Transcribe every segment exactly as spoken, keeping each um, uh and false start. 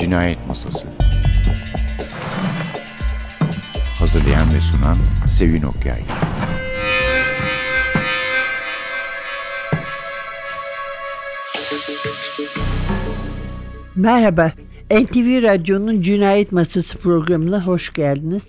Cinayet Masası. Hazırlayan ve sunan Sevin Okyay. Merhaba, N T V Radyo'nun Cinayet Masası programına hoş geldiniz.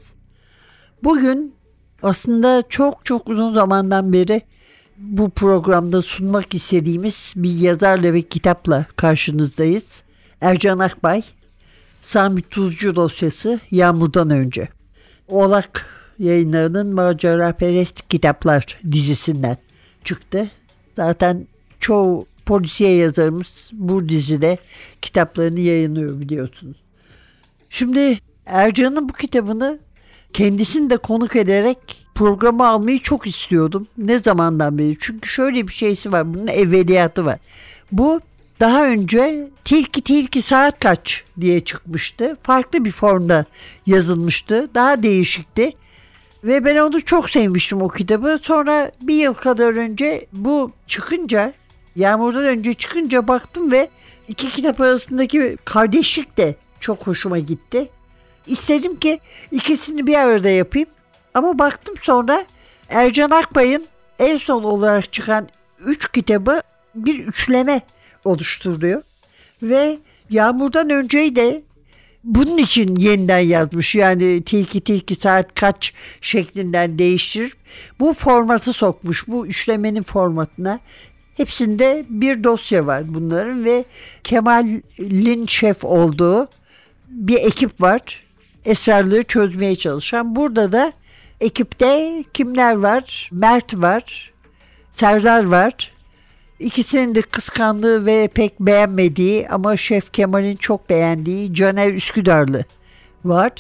Bugün aslında çok çok uzun zamandan beri bu programda sunmak istediğimiz bir yazarla ve kitapla karşınızdayız. Ercan Akbay, Sami Tuzcu dosyası Yağmurdan Önce. Oğlak Yayınları'nın Maceraperest Kitaplar dizisinden çıktı. Zaten çoğu polisiye yazarımız bu dizide kitaplarını yayınlıyor biliyorsunuz. Şimdi Ercan'ın bu kitabını kendisini de konuk ederek programa almayı çok istiyordum. Ne zamandan beri? Çünkü şöyle bir şeysi var. Bunun evveliyatı var. Bu daha önce Tilki Tilki Saat Kaç diye çıkmıştı. Farklı bir formda yazılmıştı. Daha değişikti. Ve ben onu çok sevmiştim o kitabı. Sonra bir yıl kadar önce bu çıkınca, Yağmurdan Önce çıkınca baktım ve iki kitap arasındaki kardeşlik de çok hoşuma gitti. İstedim ki ikisini bir arada yapayım. Ama baktım sonra Ercan Akbay'ın en son olarak çıkan üç kitabı bir üçleme oluşturuyor. Ve Yağmurdan Önce'yi de bunun için yeniden yazmış. Yani Tilki Tilki Saat Kaç şeklinden değiştirip bu formatı sokmuş. Bu üçlemenin formatına. Hepsinde bir dosya var bunların ve Kemal'in şef olduğu bir ekip var. Esrarlığı çözmeye çalışan. Burada da ekipte kimler var? Mert var, Serdar var. İkisinin de kıskandığı ve pek beğenmediği ama Şef Kemal'in çok beğendiği Caner Üsküdarlı var.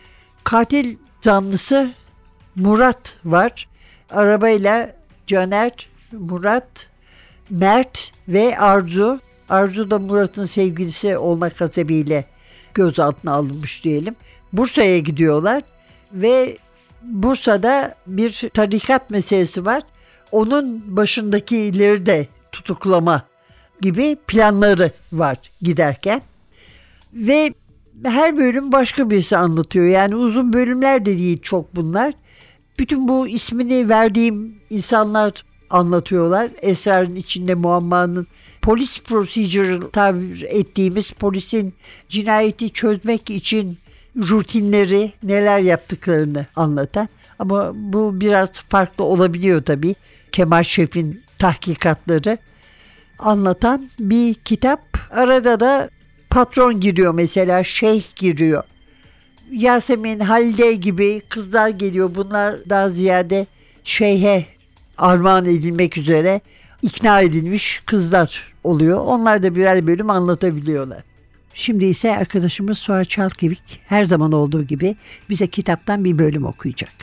Katil zanlısı Murat var. Arabayla Caner, Murat, Mert ve Arzu. Arzu da Murat'ın sevgilisi olmak hasebiyle gözaltına alınmış diyelim. Bursa'ya gidiyorlar ve Bursa'da bir tarikat meselesi var. Onun başındakileri de tutuklama gibi planları var giderken. Ve her bölüm başka birisi anlatıyor. Yani uzun bölümler de değil çok bunlar. Bütün bu ismini verdiğim insanlar anlatıyorlar. Esrarın içinde muammanın, polis procedural tabir ettiğimiz polisin cinayeti çözmek için rutinleri, neler yaptıklarını anlatan. Ama bu biraz farklı olabiliyor tabii. Kemal Şef'in tahkikatları anlatan bir kitap. Arada da patron giriyor mesela, şeyh giriyor. Yasemin, Halide gibi kızlar geliyor. Bunlar daha ziyade şeyhe armağan edilmek üzere ikna edilmiş kızlar oluyor. Onlar da birer bölüm anlatabiliyorlar. Şimdi ise arkadaşımız Suat Çalkevik her zaman olduğu gibi bize kitaptan bir bölüm okuyacak.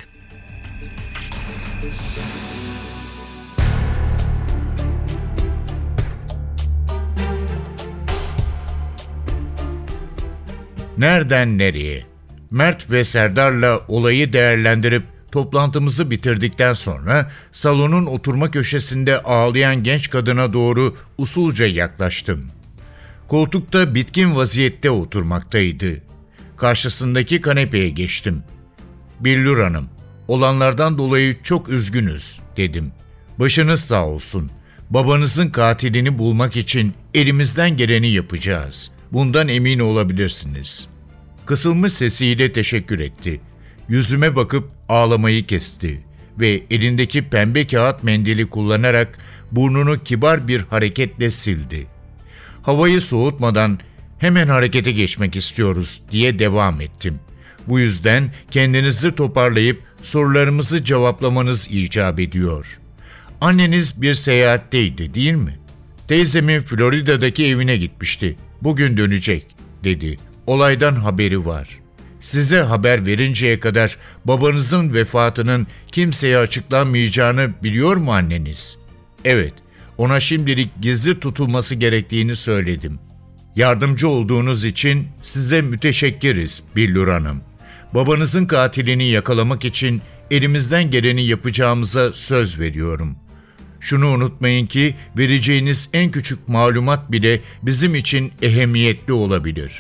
Nereden nereye? Mert ve Serdar'la olayı değerlendirip toplantımızı bitirdikten sonra salonun oturma köşesinde ağlayan genç kadına doğru usulca yaklaştım. Koltukta bitkin vaziyette oturmaktaydı. Karşısındaki kanepeye geçtim. "Billur Hanım, olanlardan dolayı çok üzgünüz," dedim. "Başınız sağ olsun. Babanızın katilini bulmak için elimizden geleni yapacağız. Bundan emin olabilirsiniz." Kısılmış sesiyle teşekkür etti. Yüzüme bakıp ağlamayı kesti ve elindeki pembe kağıt mendili kullanarak burnunu kibar bir hareketle sildi. Havayı soğutmadan "Hemen harekete geçmek istiyoruz," diye devam ettim. "Bu yüzden kendinizi toparlayıp sorularımızı cevaplamanız icap ediyor. Anneniz bir seyahatteydi, değil mi? Teyzemin Florida'daki evine gitmişti. Bugün dönecek," dedi. "Olaydan haberi var. Size haber verinceye kadar babanızın vefatının kimseye açıklanmayacağını biliyor mu anneniz?" "Evet, ona şimdilik gizli tutulması gerektiğini söyledim." "Yardımcı olduğunuz için size müteşekkiriz Billur Hanım. Babanızın katilini yakalamak için elimizden geleni yapacağımıza söz veriyorum. Şunu unutmayın ki vereceğiniz en küçük malumat bile bizim için ehemmiyetli olabilir.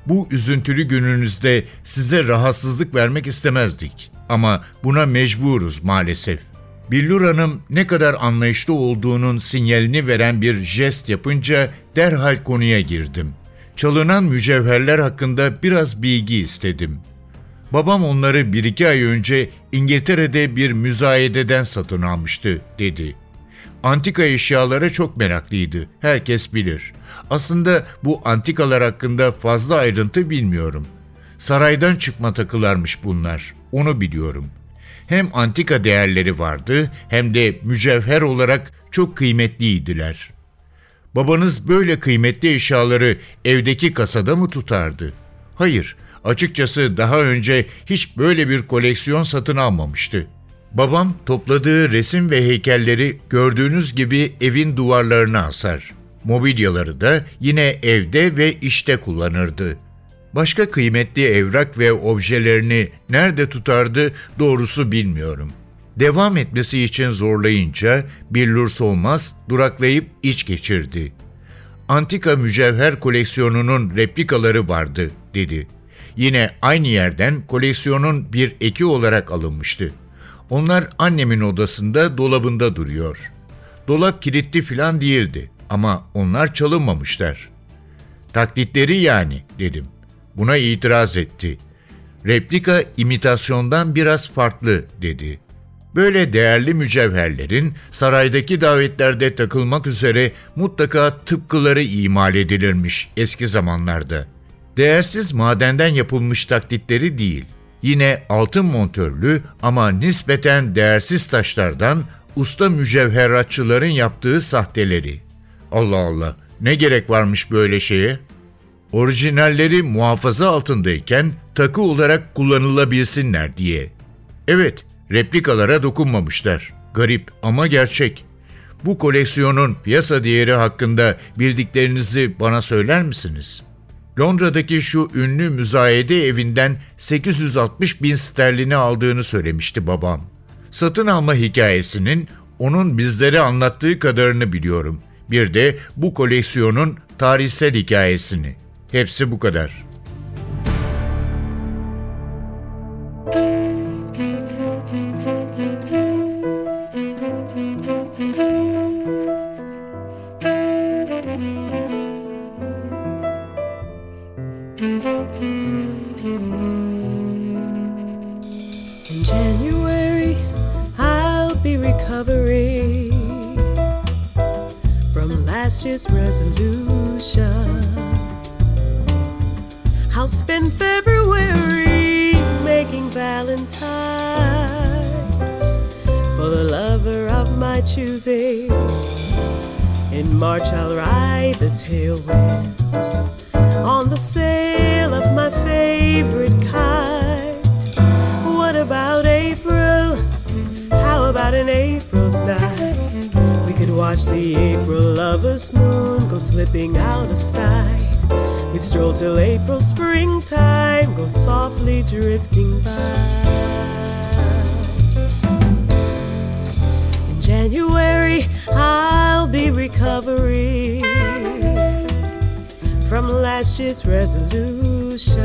Bu üzüntülü gününüzde size rahatsızlık vermek istemezdik. Ama buna mecburuz maalesef. Billur Hanım ne kadar anlayışlı olduğunun sinyalini veren bir jest yapınca derhal konuya girdim. Çalınan mücevherler hakkında biraz bilgi istedim. Babam onları bir iki ay önce İngiltere'de bir müzayededen satın almıştı, dedi. Antika eşyalara çok meraklıydı, herkes bilir. Aslında bu antikalar hakkında fazla ayrıntı bilmiyorum. Saraydan çıkma takılarmış bunlar, onu biliyorum. Hem antika değerleri vardı hem de mücevher olarak çok kıymetliydiler. Babanız böyle kıymetli eşyaları evdeki kasada mı tutardı? Hayır, açıkçası daha önce hiç böyle bir koleksiyon satın almamıştı. Babam topladığı resim ve heykelleri gördüğünüz gibi evin duvarlarına asar. Mobilyaları da yine evde ve işte kullanırdı. Başka kıymetli evrak ve objelerini nerede tutardı doğrusu bilmiyorum. Devam etmesi için zorlayınca Billur Solmaz duraklayıp iç geçirdi. Antika mücevher koleksiyonunun replikaları vardı, dedi. Yine aynı yerden koleksiyonun bir eki olarak alınmıştı. Onlar annemin odasında dolabında duruyor. Dolap kilitli filan değildi ama onlar çalınmamışlar. Taklitleri yani, dedim. Buna itiraz etti. Replika imitasyondan biraz farklı, dedi. Böyle değerli mücevherlerin saraydaki davetlerde takılmak üzere mutlaka tıpkıları imal edilirmiş eski zamanlarda. Değersiz madenden yapılmış taklitleri değil, yine altın montörlü ama nispeten değersiz taşlardan usta mücevheratçıların yaptığı sahteleri. Allah Allah, ne gerek varmış böyle şeye? Orijinalleri muhafaza altındayken takı olarak kullanılabilsinler diye. Evet, replikalara dokunmamışlar. Garip ama gerçek. Bu koleksiyonun piyasa değeri hakkında bildiklerinizi bana söyler misiniz? Londra'daki şu ünlü müzayede evinden sekiz yüz altmış bin sterlini aldığını söylemişti babam. Satın alma hikayesinin onun bizlere anlattığı kadarını biliyorum. Bir de bu koleksiyonun tarihsel hikayesini. Hepsi bu kadar. In January, I'll be recovering from last year's resolution. I'll spend February making valentines for the lover of my choosing. In March, I'll ride the tailwinds on the sail of my favorite kind. What about April? How about an April's night? We could watch the April lover's moon go slipping out of sight. We'd stroll till April springtime, go softly drifting by. In January, I'll be recovering from last year's resolutions.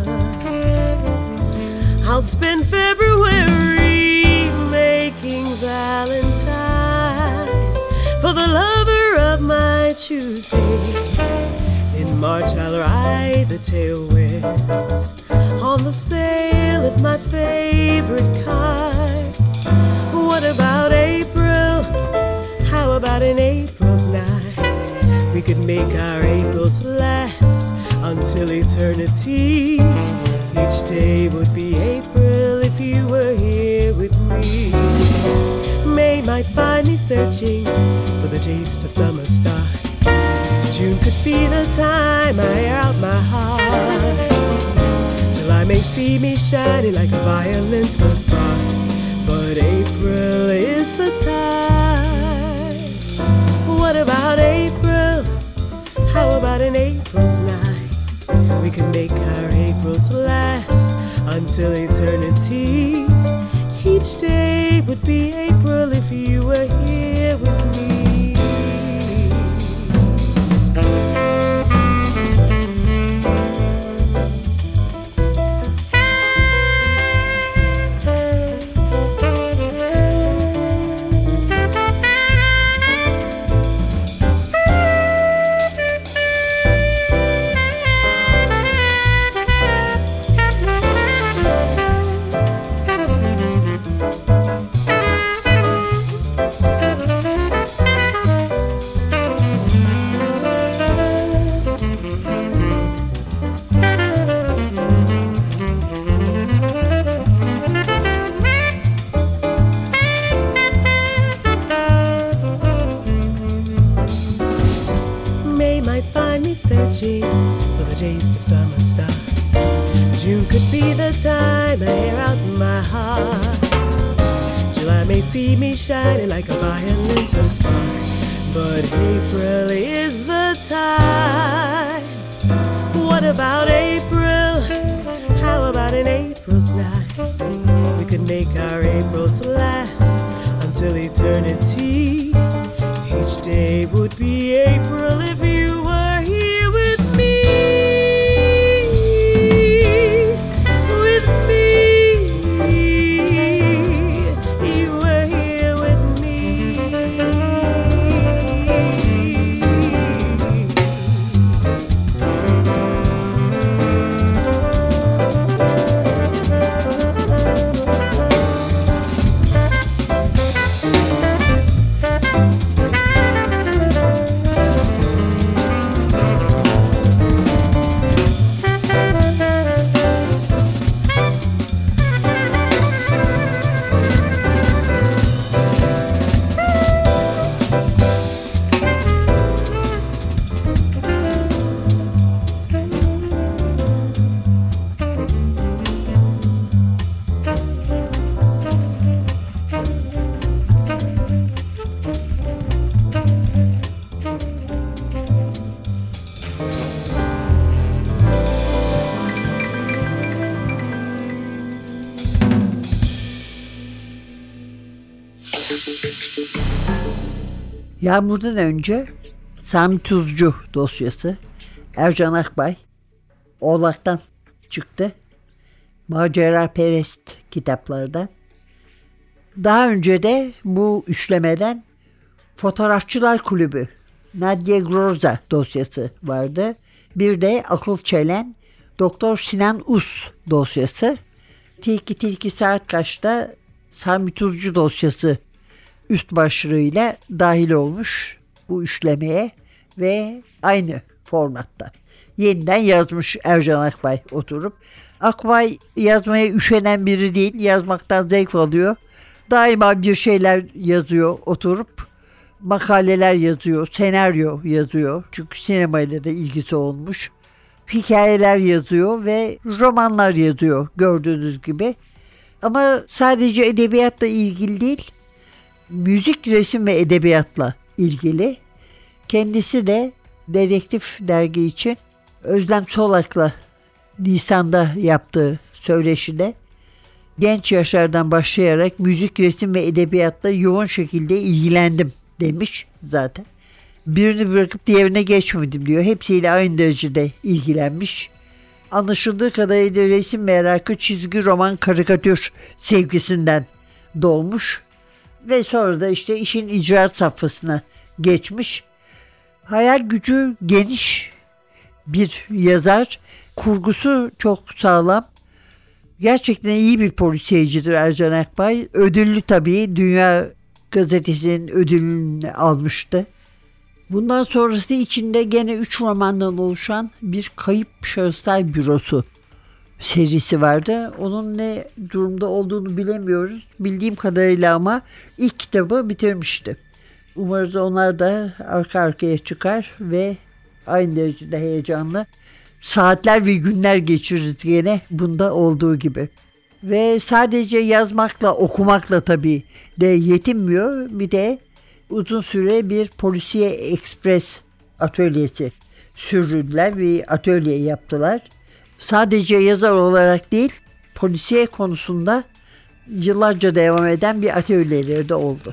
I'll spend February making valentines for the lover of my choosing. In March I'll ride the tailwinds on the sail of my favorite kind. What about April? How about an April's night? We could make our Aprils last until eternity. Each day would be April if you were here with me. May might find me searching for the taste of summer start. June could be the time I air out my heart. July may see me shining like a violin's first spark. But April is the time. What about April? How about an April's night? We can make our Aprils last until eternity. Each day would be April if you were here with me. searching for the taste of summer star. June could be the time I air out my heart. July may see me shining like a violin's her spark, but April is the time. What about April? How about an April's night? We could make our Aprils last until eternity. Each day would be April if you were here with me. With me. You were here with me. Yağmur'dan önce Sami Tuzcu dosyası, Ercan Akbay, Oğlak'tan çıktı. Maceraperest kitaplardan. Daha önce de bu üçlemeden Fotoğrafçılar Kulübü, Nadia Groza dosyası vardı. Bir de Akıl Çelen, Doktor Sinan Us dosyası. Tilki Tilki Saat Kaç'ta Sami Tuzcu dosyası üst başlığıyla dahil olmuş bu üçlemeye ve aynı formatta. Yeniden yazmış Ercan Akbay oturup. Akbay yazmaya üşenen biri değil, yazmaktan zevk alıyor. Daima bir şeyler yazıyor oturup. Makaleler yazıyor, senaryo yazıyor. Çünkü sinemayla da ilgisi olmuş. Hikayeler yazıyor ve romanlar yazıyor gördüğünüz gibi. Ama sadece edebiyatla ilgili değil, müzik, resim ve edebiyatla ilgili. Kendisi de Dedektif dergi için Özlem Solak'la Nisan'da yaptığı söyleşide genç yaşlardan başlayarak müzik, resim ve edebiyatla yoğun şekilde ilgilendim demiş zaten. Birini bırakıp diğerine geçmedim diyor. Hepsiyle aynı derecede ilgilenmiş. Anlaşıldığı kadarıyla resim merakı çizgi roman, karikatür sevgisinden doğmuş. Ve sonra da işte işin icraat safhasına geçmiş. Hayal gücü geniş bir yazar. Kurgusu çok sağlam. Gerçekten iyi bir polisiyecidir Ercan Akbay. Ödüllü tabii. Dünya Gazetesi'nin ödülünü almıştı. Bundan sonrası içinde gene üç romandan oluşan bir Kayıp Şahıslar Bürosu serisi vardı. Onun ne durumda olduğunu bilemiyoruz. Bildiğim kadarıyla ama ilk kitabı bitirmişti. Umarız onlar da arka arkaya çıkar ve aynı derecede heyecanlı saatler ve günler geçiririz gene bunda olduğu gibi. Ve sadece yazmakla, okumakla tabii de yetinmiyor. Bir de uzun süre bir polisiye ekspres atölyesi sürdürdüler. Bir atölye yaptılar. Sadece yazar olarak değil, polisiye konusunda yıllarca devam eden bir atölyeleri de oldu.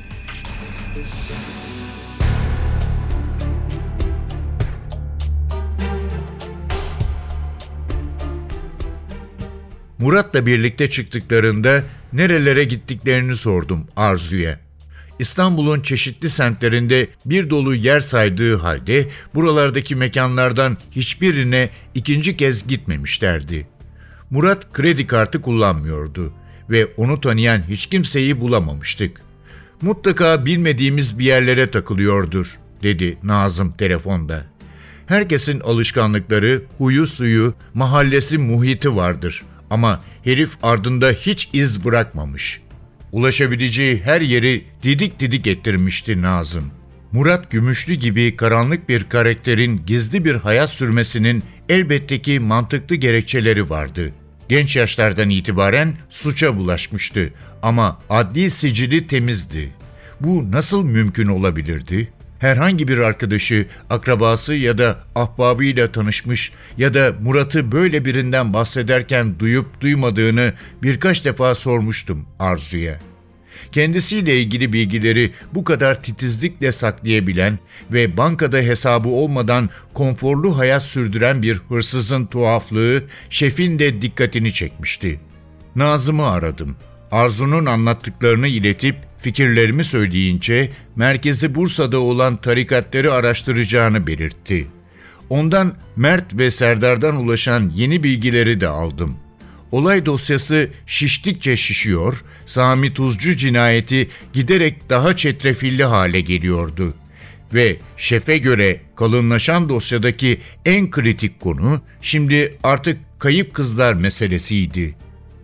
Murat'la birlikte çıktıklarında nerelere gittiklerini sordum Arzu'ya. İstanbul'un çeşitli semtlerinde bir dolu yer saydığı halde buralardaki mekanlardan hiçbirine ikinci kez gitmemişlerdi. Murat kredi kartı kullanmıyordu ve onu tanıyan hiç kimseyi bulamamıştık. Mutlaka bilmediğimiz bir yerlere takılıyordur, dedi Nazım telefonda. Herkesin alışkanlıkları, huyu suyu, mahallesi muhiti vardır ama herif ardında hiç iz bırakmamış. Ulaşabileceği her yeri didik didik ettirmişti Nazım. Murat Gümüşlü gibi karanlık bir karakterin gizli bir hayat sürmesinin elbette ki mantıklı gerekçeleri vardı. Genç yaşlardan itibaren suça bulaşmıştı ama adli sicili temizdi. Bu nasıl mümkün olabilirdi? Herhangi bir arkadaşı, akrabası ya da ahbabıyla tanışmış ya da Murat'ı böyle birinden bahsederken duyup duymadığını birkaç defa sormuştum Arzu'ya. Kendisiyle ilgili bilgileri bu kadar titizlikle saklayabilen ve bankada hesabı olmadan konforlu hayat sürdüren bir hırsızın tuhaflığı şefin de dikkatini çekmişti. Nazım'ı aradım. Arzu'nun anlattıklarını iletip fikirlerimi söyleyince merkezi Bursa'da olan tarikatları araştıracağını belirtti. Ondan Mert ve Serdar'dan ulaşan yeni bilgileri de aldım. Olay dosyası şiştikçe şişiyor, Sami Tuzcu cinayeti giderek daha çetrefilli hale geliyordu. Ve şefe göre kalınlaşan dosyadaki en kritik konu şimdi artık kayıp kızlar meselesiydi.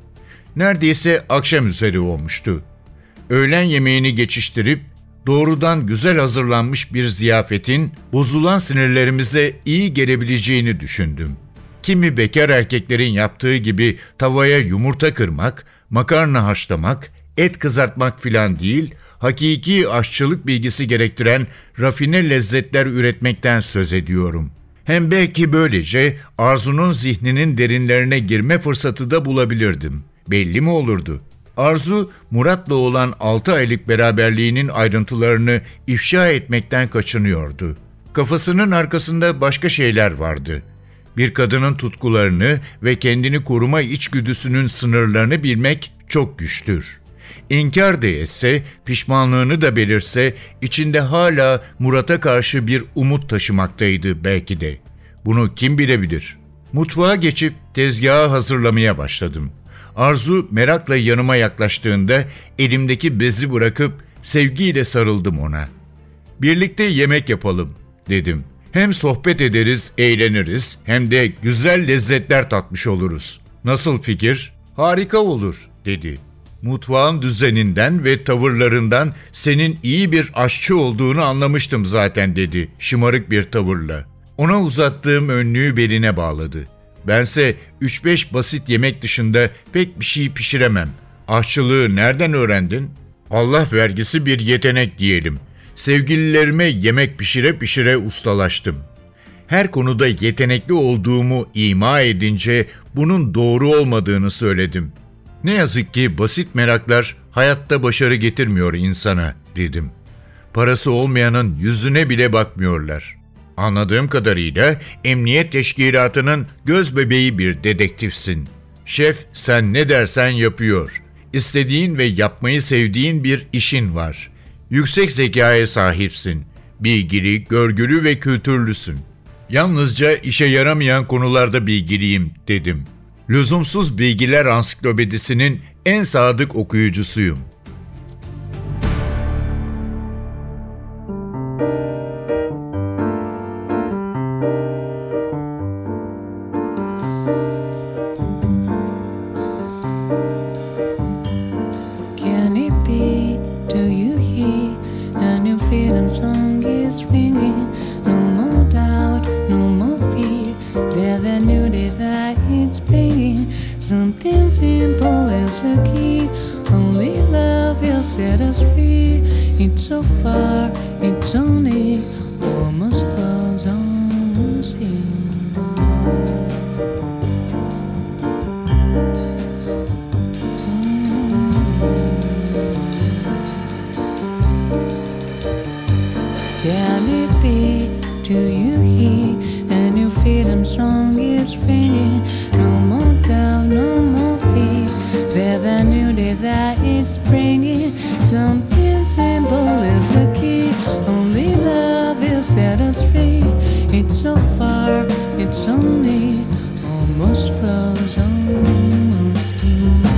Neredeyse akşam üzeri olmuştu. Öğlen yemeğini geçiştirip doğrudan güzel hazırlanmış bir ziyafetin bozulan sinirlerimize iyi gelebileceğini düşündüm. Kimi bekar erkeklerin yaptığı gibi tavaya yumurta kırmak, makarna haşlamak, et kızartmak filan değil, hakiki aşçılık bilgisi gerektiren rafine lezzetler üretmekten söz ediyorum. Hem belki böylece Arzu'nun zihninin derinlerine girme fırsatı da bulabilirdim. Belli mi olurdu? Arzu, Murat'la olan altı aylık beraberliğinin ayrıntılarını ifşa etmekten kaçınıyordu. Kafasının arkasında başka şeyler vardı. Bir kadının tutkularını ve kendini koruma içgüdüsünün sınırlarını bilmek çok güçtür. İnkar da etse, pişmanlığını da belirse, içinde hala Murat'a karşı bir umut taşımaktaydı belki de. Bunu kim bilebilir? Mutfağa geçip tezgahı hazırlamaya başladım. Arzu merakla yanıma yaklaştığında elimdeki bezi bırakıp sevgiyle sarıldım ona. "Birlikte yemek yapalım," dedim. "Hem sohbet ederiz, eğleniriz, hem de güzel lezzetler tatmış oluruz. Nasıl fikir?" "Harika olur," dedi. "Mutfağın düzeninden ve tavırlarından senin iyi bir aşçı olduğunu anlamıştım zaten," dedi şımarık bir tavırla. Ona uzattığım önlüğü beline bağladı. "Bense üç beş basit yemek dışında pek bir şey pişiremem. Aşçılığı nereden öğrendin?" "Allah vergisi bir yetenek diyelim. Sevgililerime yemek pişire pişire ustalaştım." Her konuda yetenekli olduğumu ima edince bunun doğru olmadığını söyledim. "Ne yazık ki basit meraklar hayatta başarı getirmiyor insana," dedim. "Parası olmayanın yüzüne bile bakmıyorlar. Anladığım kadarıyla emniyet teşkilatının göz bebeği bir dedektifsin. Şef sen ne dersen yapıyor. İstediğin ve yapmayı sevdiğin bir işin var. Yüksek zekaya sahipsin. Bilgili, görgülü ve kültürlüsün. Yalnızca işe yaramayan konularda bilgiliyim," dedim. "Lüzumsuz bilgiler ansiklopedisinin en sadık okuyucusuyum." Can it be? Do you hear? A new freedom song is ringing. No more doubt, no more fear. There's a new day that it's bringing. Something simple is the key. Only love will set us free. It's so far, it's only almost close, almost here. Can it be? Do you hear? A new freedom song is ringing. No more doubt, no more fear. There's a new day that it's bringing. Something simple is the key. Only love will set us free. It's so far, it's only almost close, almost here.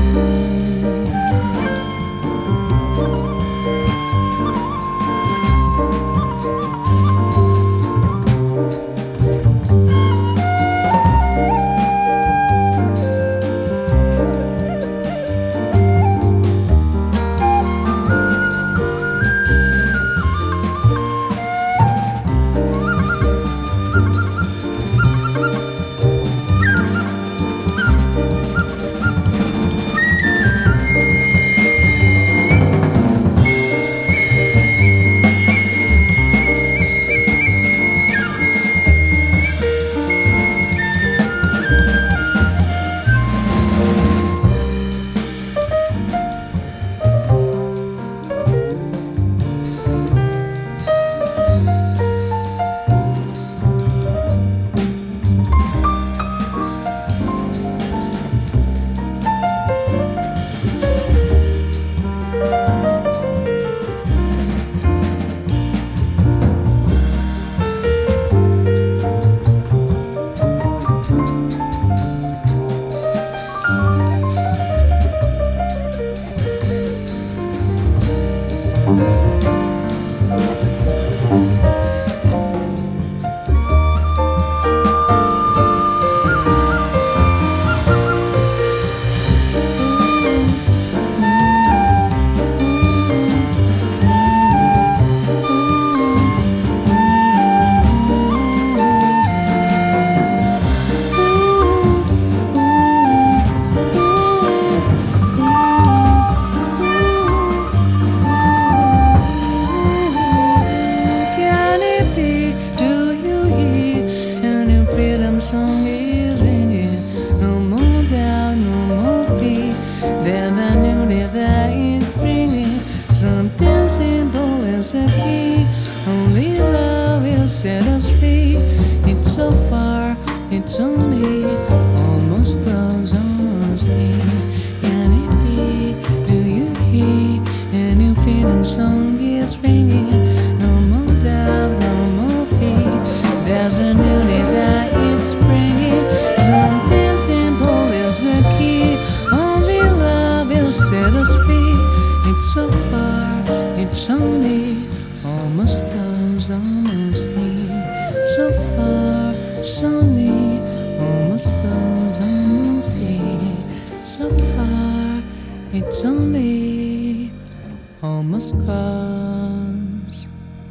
It's only almost close,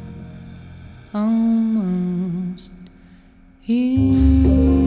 almost here.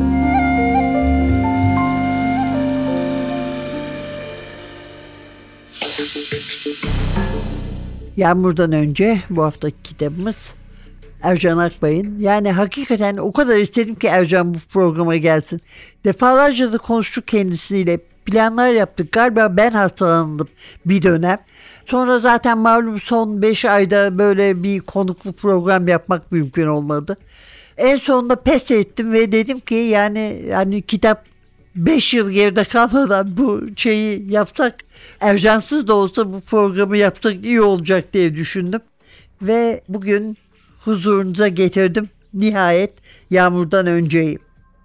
Yağmurdan önce bu haftaki kitabımız Ercan Akbay'ın. Yani hakikaten o kadar istedim ki Ercan bu programa gelsin. Defalarca da konuştuk kendisiyle. Planlar yaptık. Galiba ben hastalandım bir dönem. Sonra zaten malum son beş ayda böyle bir konuklu program yapmak mümkün olmadı. En sonunda pes ettim ve dedim ki yani yani kitap beş yıl geride kalmadan bu şeyi yapsak, Ercansız da olsa bu programı yapsak iyi olacak diye düşündüm. Ve bugün huzurunuza getirdim. Nihayet Yağmurdan önceyi.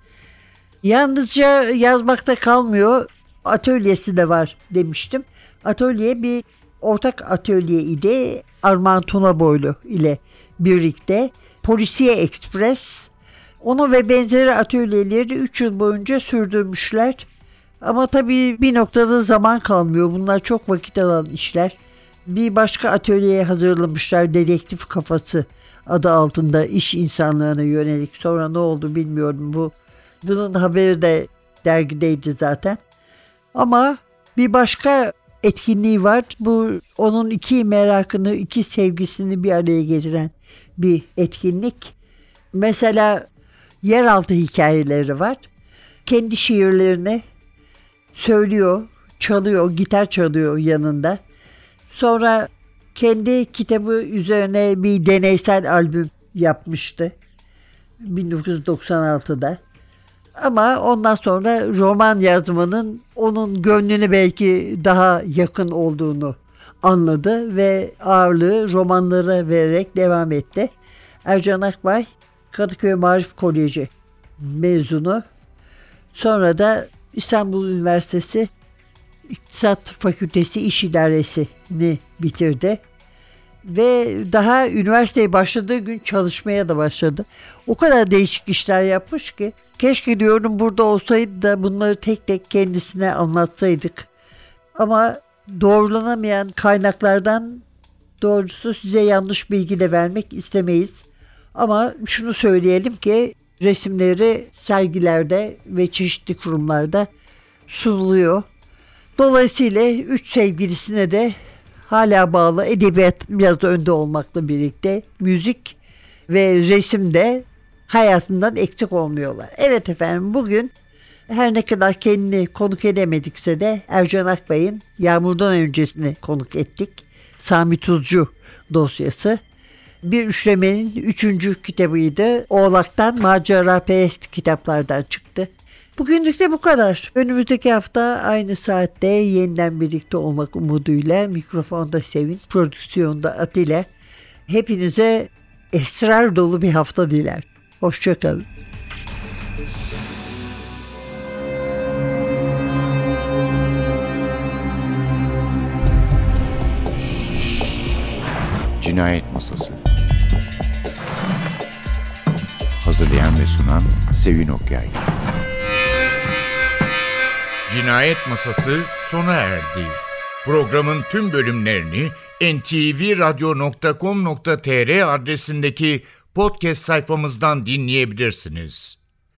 Yalnızca yazmakta kalmıyor. Atölyesi de var demiştim. Atölye bir ortak atölye idi. Armağan Tunaboylu ile birlikte Polisiye Express. Onu ve benzeri atölyeleri üç yıl boyunca sürdürmüşler. Ama tabii bir noktada zaman kalmıyor. Bunlar çok vakit alan işler. Bir başka atölyeye hazırlamışlar. Dedektif Kafası adı altında iş insanlarına yönelik. Sonra ne oldu bilmiyorum. Bu bunun haberi de dergideydi zaten. Ama bir başka etkinliği var. Bu onun iki merakını, iki sevgisini bir araya getiren bir etkinlik. Mesela yeraltı hikayeleri var. Kendi şiirlerini söylüyor, çalıyor, gitar çalıyor yanında. Sonra kendi kitabı üzerine bir deneysel albüm yapmıştı bin dokuz yüz doksan altıda. Ama ondan sonra roman yazmanın onun gönlüne belki daha yakın olduğunu anladı ve ağırlığı romanlara vererek devam etti. Ercan Akbay Kadıköy Maarif Koleji mezunu. Sonra da İstanbul Üniversitesi İktisat Fakültesi İş İdaresi'ni bitirdi. Ve daha üniversiteye başladığı gün çalışmaya da başladı. O kadar değişik işler yapmış ki keşke diyorum burada olsaydı da bunları tek tek kendisine anlatsaydık. Ama doğrulanamayan kaynaklardan doğrusu size yanlış bilgi de vermek istemeyiz. Ama şunu söyleyelim ki resimleri sergilerde ve çeşitli kurumlarda sunuluyor. Dolayısıyla üç sevgilisine de hala bağlı, edebiyat biraz önde olmakla birlikte müzik ve resim de hayatından eksik olmuyorlar. Evet efendim, bugün her ne kadar kendini konuk edemedikse de Ercan Akbay'ın Yağmurdan öncesini konuk ettik. Sami Tuzcu dosyası. Bir üçlemenin üçüncü kitabıydı. Oğlak'tan maceraperest kitaplardan çıktı. Bugünlük de bu kadar. Önümüzdeki hafta aynı saatte yeniden birlikte olmak umuduyla mikrofonda Sevin, prodüksiyonda Atilla. Hepinize esrar dolu bir hafta diler. Hoşçakalın. Cinayet Masası. Hazırlayan ve sunan Sevin Okyay. Cinayet Masası sona erdi. Programın tüm bölümlerini en te ve radyo nokta com nokta te er adresindeki podcast sayfamızdan dinleyebilirsiniz.